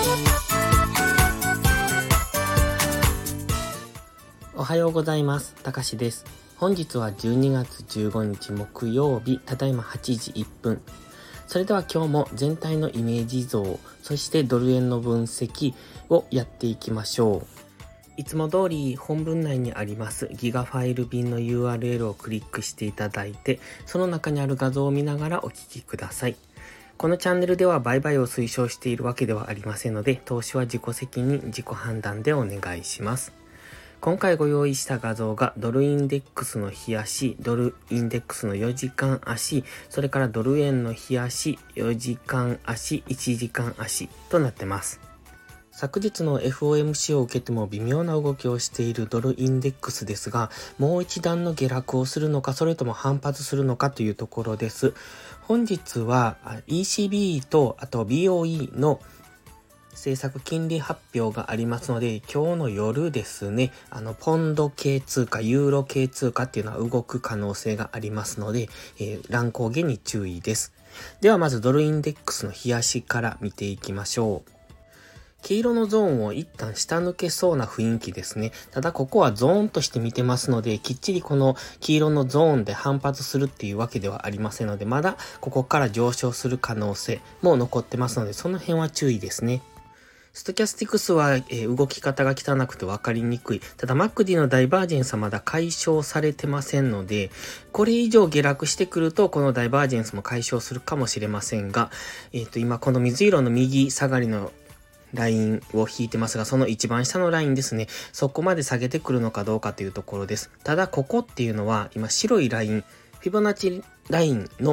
おはようございます。たかしです。本日は12月15日木曜日、ただいま8時1分。それでは今日も全体のイメージ像、そしてドル円の分析をやっていきましょう。いつも通り本文内にありますギガファイル便の URL をクリックしていただいて、その中にある画像を見ながらお聞きください。このチャンネルでは売買を推奨しているわけではありませんので、投資は自己責任、自己判断でお願いします。今回ご用意した画像がドルインデックスの日足、ドルインデックスの4時間足、それからドル円の日足、4時間足、1時間足となってます。昨日の FOMC を受けても微妙な動きをしているドルインデックスですが、もう一段の下落をするのか、それとも反発するのかというところです。本日は ECB とあと BOE の政策金利発表がありますので、今日の夜ですね、ポンド系通貨、ユーロ系通貨っていうのは動く可能性がありますので、乱高下に注意です。ではまずドルインデックスの日足から見ていきましょう。黄色のゾーンを一旦下抜けそうな雰囲気ですね。ただここはゾーンとして見てますので、きっちりこの黄色のゾーンで反発するっていうわけではありませんので、まだここから上昇する可能性も残ってますので、その辺は注意ですね。ストキャスティクスは、動き方が汚くて分かりにくい。ただ MACD のダイバージェンスはまだ解消されてませんので、これ以上下落してくるとこのダイバージェンスも解消するかもしれませんが、今この水色の右下がりのラインを引いてますが、その一番下のラインですね。そこまで下げてくるのかどうかというところです。ただここっていうのは今白いライン、フィボナッチラインの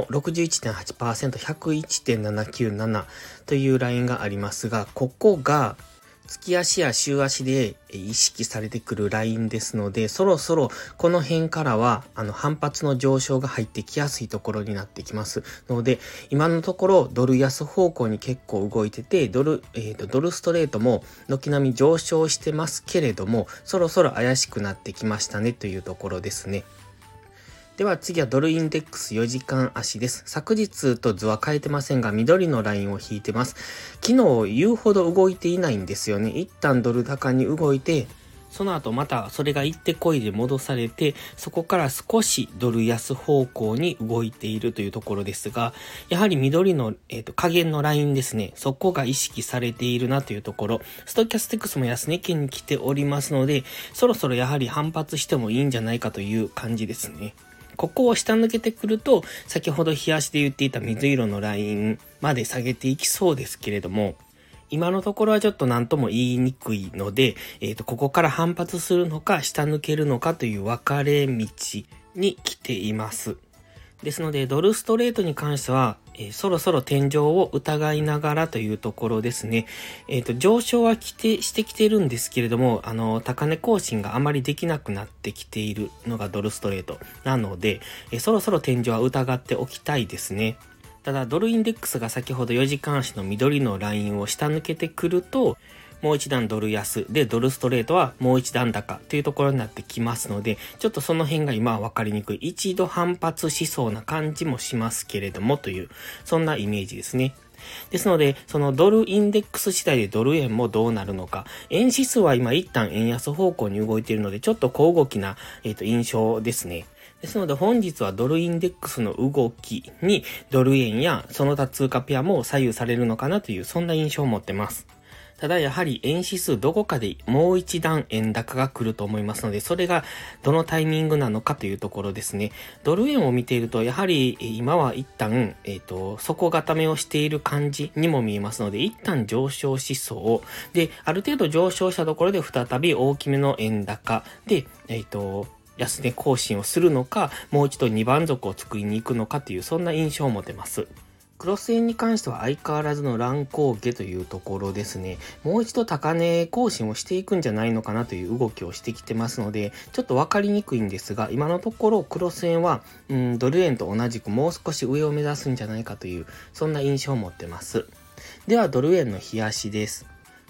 61.8%、101.797 というラインがありますが、ここが月足や週足で意識されてくるラインですので、そろそろこの辺からは反発の上昇が入ってきやすいところになってきますので、今のところドル安方向に結構動いてて、ドルストレートも軒並み上昇してますけれども、そろそろ怪しくなってきましたねというところですね。では次はドルインデックス4時間足です。昨日と図は変えてませんが、緑のラインを引いてます。昨日言うほど動いていないんですよね。一旦ドル高に動いて、その後またそれが行ってこいで戻されて、そこから少しドル安方向に動いているというところですが、やはり緑の、下限のラインですね。そこが意識されているなというところ。ストキャスティクスも安値圏に来ておりますので、そろそろやはり反発してもいいんじゃないかという感じですね。ここを下抜けてくると、先ほど日足で言っていた水色のラインまで下げていきそうですけれども、今のところはちょっと何とも言いにくいので、ここから反発するのか下抜けるのかという分かれ道に来ています。ですので、ドルストレートに関しては、そろそろ天井を疑いながらというところですね。上昇はしてきてるんですけれども、高値更新があまりできなくなってきているのがドルストレートなので、そろそろ天井は疑っておきたいですね。ただ、ドルインデックスが先ほど4時間足の緑のラインを下抜けてくると、もう一段ドル安でドルストレートはもう一段高というところになってきますので、ちょっとその辺が今は分かりにくい。一度反発しそうな感じもしますけれどもという、そんなイメージですね。ですので、そのドルインデックス次第でドル円もどうなるのか。円指数は今一旦円安方向に動いているので、ちょっと小動きな、印象ですね。ですので本日はドルインデックスの動きにドル円やその他通貨ペアも左右されるのかなという、そんな印象を持ってます。ただやはり円指数どこかでもう一段円高が来ると思いますので、それがどのタイミングなのかというところですね。ドル円を見ているとやはり今は一旦底固めをしている感じにも見えますので、一旦上昇しそうで、ある程度上昇したところで再び大きめの円高で安値更新をするのか、もう一度2番底を作りに行くのかという、そんな印象を持てます。クロス円に関しては相変わらずの乱高下というところですね。もう一度高値更新をしていくんじゃないのかなという動きをしてきてますので、ちょっと分かりにくいんですが、今のところクロス円はドル円と同じくもう少し上を目指すんじゃないかという、そんな印象を持ってます。ではドル円の日足です。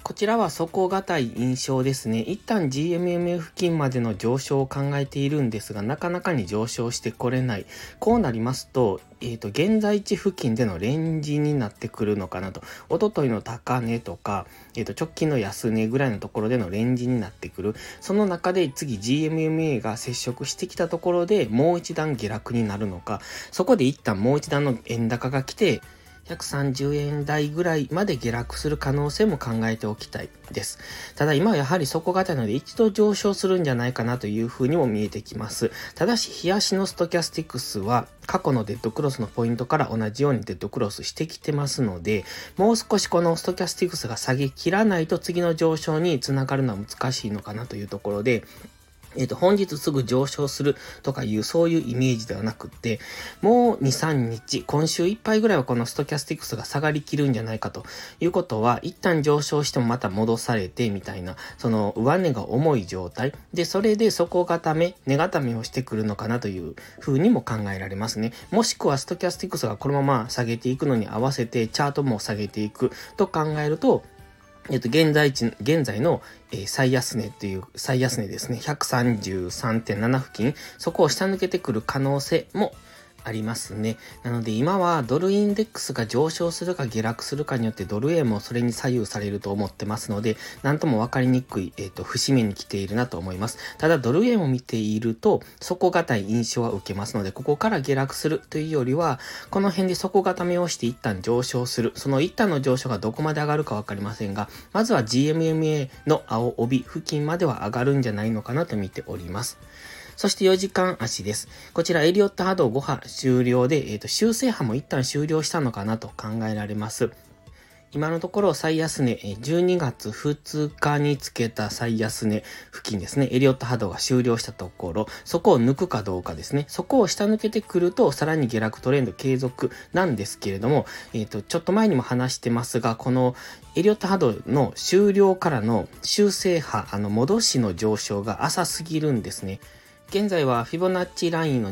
こちらは底堅い印象ですね。一旦 GMMA 付近までの上昇を考えているんですが、なかなかに上昇してこれない。こうなりますと、現在地付近でのレンジになってくるのかなと。一昨日の高値とか、直近の安値ぐらいのところでのレンジになってくる。その中で次 GMMA が接触してきたところでもう一段下落になるのか、そこで一旦もう一段の円高が来て、130円台ぐらいまで下落する可能性も考えておきたいです。ただ今はやはり底堅いので一度上昇するんじゃないかなというふうにも見えてきます。ただし、日足のストキャスティクスは過去のデッドクロスのポイントから同じようにデッドクロスしてきてますので、もう少しこのストキャスティクスが下げ切らないと次の上昇につながるのは難しいのかなというところで、本日すぐ上昇するとかいうそういうイメージではなくって、もう2、3日、今週いっぱいぐらいはこのストキャスティクスが下がりきるんじゃないかということは、一旦上昇してもまた戻されてみたいな、その上値が重い状態で、それで底固め、値固めをしてくるのかなという風にも考えられますね。もしくはストキャスティクスがこのまま下げていくのに合わせてチャートも下げていくと考えると、現在の、最安値っていう、最安値ですね。133.7 付近、そこを下抜けてくる可能性もありますね。なので今はドルインデックスが上昇するか下落するかによってドル円もそれに左右されると思ってますので、なんともわかりにくい、節目に来ているなと思います。ただドル円を見ていると底堅い印象は受けますので、ここから下落するというよりは、この辺で底固めをして一旦上昇する。その一旦の上昇がどこまで上がるかわかりませんが、まずは GMMA の青帯付近までは上がるんじゃないのかなと見ております。そして4時間足です。こちらエリオット波動5波終了で、修正波も一旦終了したのかなと考えられます。今のところ最安値、12月2日につけた最安値付近ですね。エリオット波動が終了したところ、そこを抜くかどうかですね。そこを下抜けてくると、さらに下落トレンド継続なんですけれども、ちょっと前にも話してますが、このエリオット波動の終了からの修正波、戻しの上昇が浅すぎるんですね。現在はフィボナッチラインの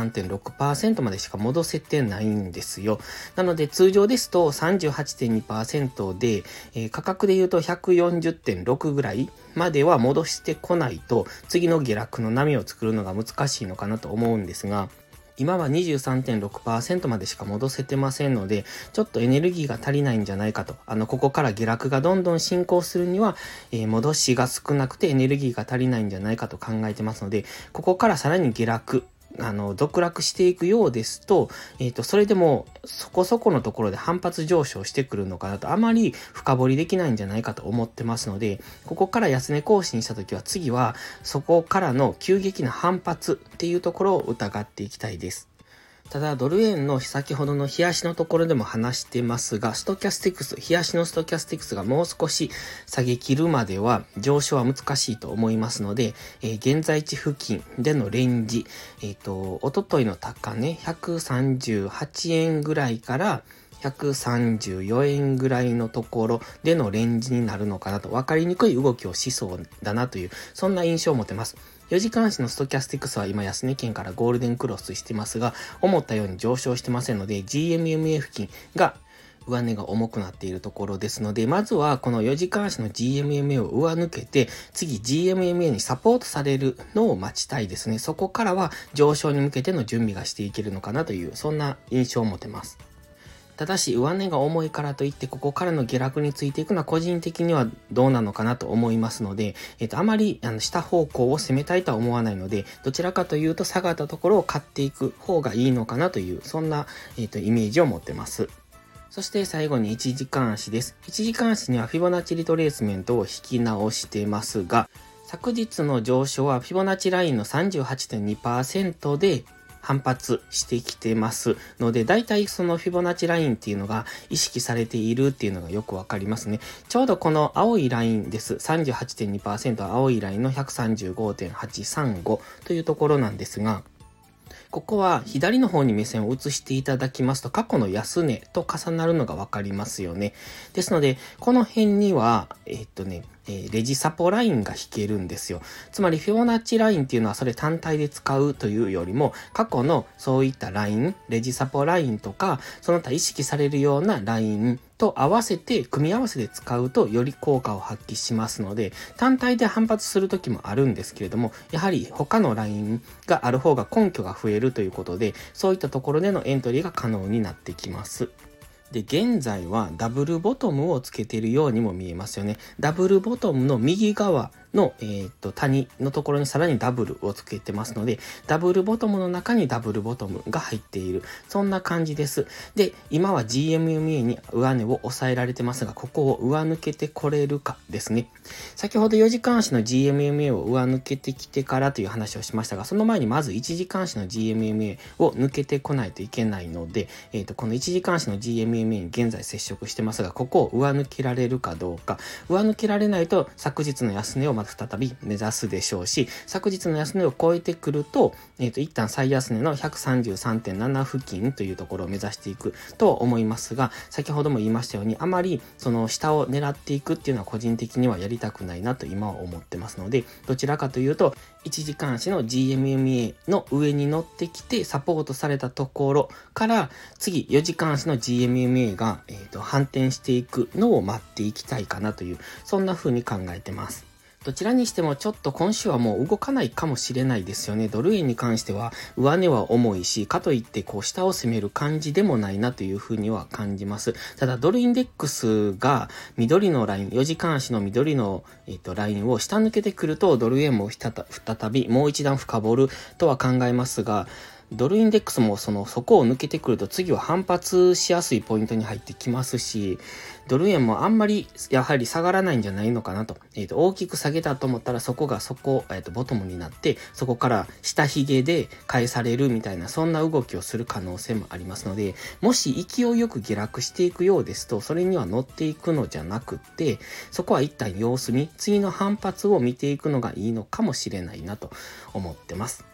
23.6% までしか戻せてないんですよ。なので通常ですと 38.2% で、価格で言うと 140.6 ぐらいまでは戻してこないと次の下落の波を作るのが難しいのかなと思うんですが、今は 23.6% までしか戻せてませんので、ちょっとエネルギーが足りないんじゃないかと。ここから下落がどんどん進行するには、戻しが少なくてエネルギーが足りないんじゃないかと考えてますので、ここからさらに下落、続落していくようですと、それでもそこそこのところで反発上昇してくるのかなと、あまり深掘りできないんじゃないかと思ってますので、ここから安値更新したときは次はそこからの急激な反発っていうところを疑っていきたいです。ただ、ドル円の先ほどの日足のところでも話してますが、ストキャスティクス、日足のストキャスティクスがもう少し下げ切るまでは上昇は難しいと思いますので、現在地付近でのレンジ、おとといの高値、138円ぐらいから134円ぐらいのところでのレンジになるのかなと、分かりにくい動きをしそうだなという、そんな印象を持ってます。4時間足のストキャスティクスは今安値圏からゴールデンクロスしてますが、思ったように上昇してませんので、GMMA 付近が上値が重くなっているところですので、まずはこの4時間足の GMMA を上抜けて、次 GMMA にサポートされるのを待ちたいですね。そこからは上昇に向けての準備がしていけるのかなという、そんな印象を持てます。ただし上値が重いからといってここからの下落についていくのは個人的にはどうなのかなと思いますので、あまり下方向を攻めたいとは思わないので、どちらかというと下がったところを買っていく方がいいのかなという、そんな、イメージを持ってます。そして最後に1時間足です。1時間足にはフィボナッチリトレースメントを引き直してますが、昨日の上昇はフィボナッチラインの 38.2% で反発してきてますので、だいたいそのフィボナッチラインっていうのが意識されているっていうのがよくわかりますね。ちょうどこの青いラインです。38.2% 青いラインの 135.835 というところなんですが、 ここは左の方に目線を移していただきますと、過去の安値と重なるのがわかりますよね。ですので、この辺には、レジサポラインが引けるんですよ。つまりフィボナッチラインっていうのはそれ単体で使うというよりも、過去のそういったライン、レジサポラインとか、その他意識されるようなラインと合わせて、組み合わせて使うとより効果を発揮しますので、単体で反発する時もあるんですけれども、やはり他のラインがある方が根拠が増えるということで、そういったところでのエントリーが可能になってきます。で、現在はダブルボトムをつけているようにも見えますよね。ダブルボトムの右側の、谷のところにさらにダブルをつけてますので、ダブルボトムの中にダブルボトムが入っている。そんな感じです。で、今は GMMA に上値を抑えられてますが、ここを上抜けてこれるかですね。先ほど4時間足の GMMA を上抜けてきてからという話をしましたが、その前にまず1時間足の GMMA を抜けてこないといけないので、この1時間足の GMMA に現在接触してますが、ここを上抜けられるかどうか。上抜けられないと昨日の安値をまた再び目指すでしょうし、昨日の安値を超えてくると、一旦最安値の 133.7 付近というところを目指していくと思いますが、先ほども言いましたように、あまりその下を狙っていくっていうのは個人的にはやりたくないなと今は思ってますので、どちらかというと、1時間足の GMMA の上に乗ってきてサポートされたところから次4時間足の GMMA が、反転していくのを待っていきたいかなという、そんな風に考えてます。どちらにしてもちょっと今週はもう動かないかもしれないですよね。ドル円に関しては上値は重いし、かといってこう下を攻める感じでもないなというふうには感じます。ただドルインデックスが緑のライン、4時間足の緑の、ラインを下抜けてくるとドル円も再びもう一段深掘るとは考えますが、ドルインデックスもそこを抜けてくると次は反発しやすいポイントに入ってきますし、ドル円もあんまりやはり下がらないんじゃないのかなと。大きく下げたと思ったらそこがボトムになって、そこから下髭で返されるみたいな、そんな動きをする可能性もありますので、もし勢いよく下落していくようですと、それには乗っていくのじゃなくって、そこは一旦様子見、次の反発を見ていくのがいいのかもしれないなと思ってます。